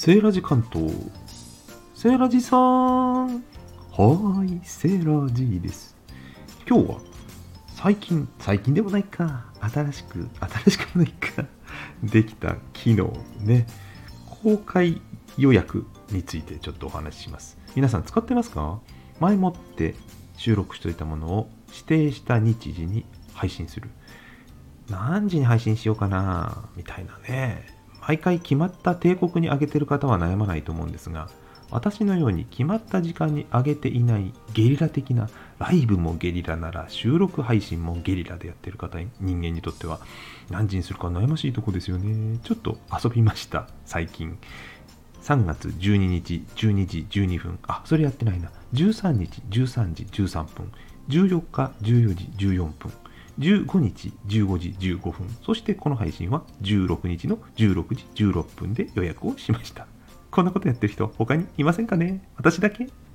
セーラジ関東。セーラジさん。はーい、セーラジです。今日は最近でもないか。新しくもないか。できた機能ね。公開予約についてちょっとお話しします。皆さん使ってますか？前もって収録しておいたものを指定した日時に配信する。何時に配信しようかなみたいなね。毎回決まった定刻に上げてる方は悩まないと思うんですが、私のように決まった時間に上げていないゲリラ的な、ライブもゲリラなら収録配信もゲリラでやってる方、人間にとっては何時にするか悩ましいとこですよね。ちょっと遊びました。最近3月12日12時12分、それやってないな。13日13時13分、14日14時14分、15日15時15分、そしてこの配信は16日の16時16分で予約をしました。こんなことやってる人他にいませんかね？私だけ？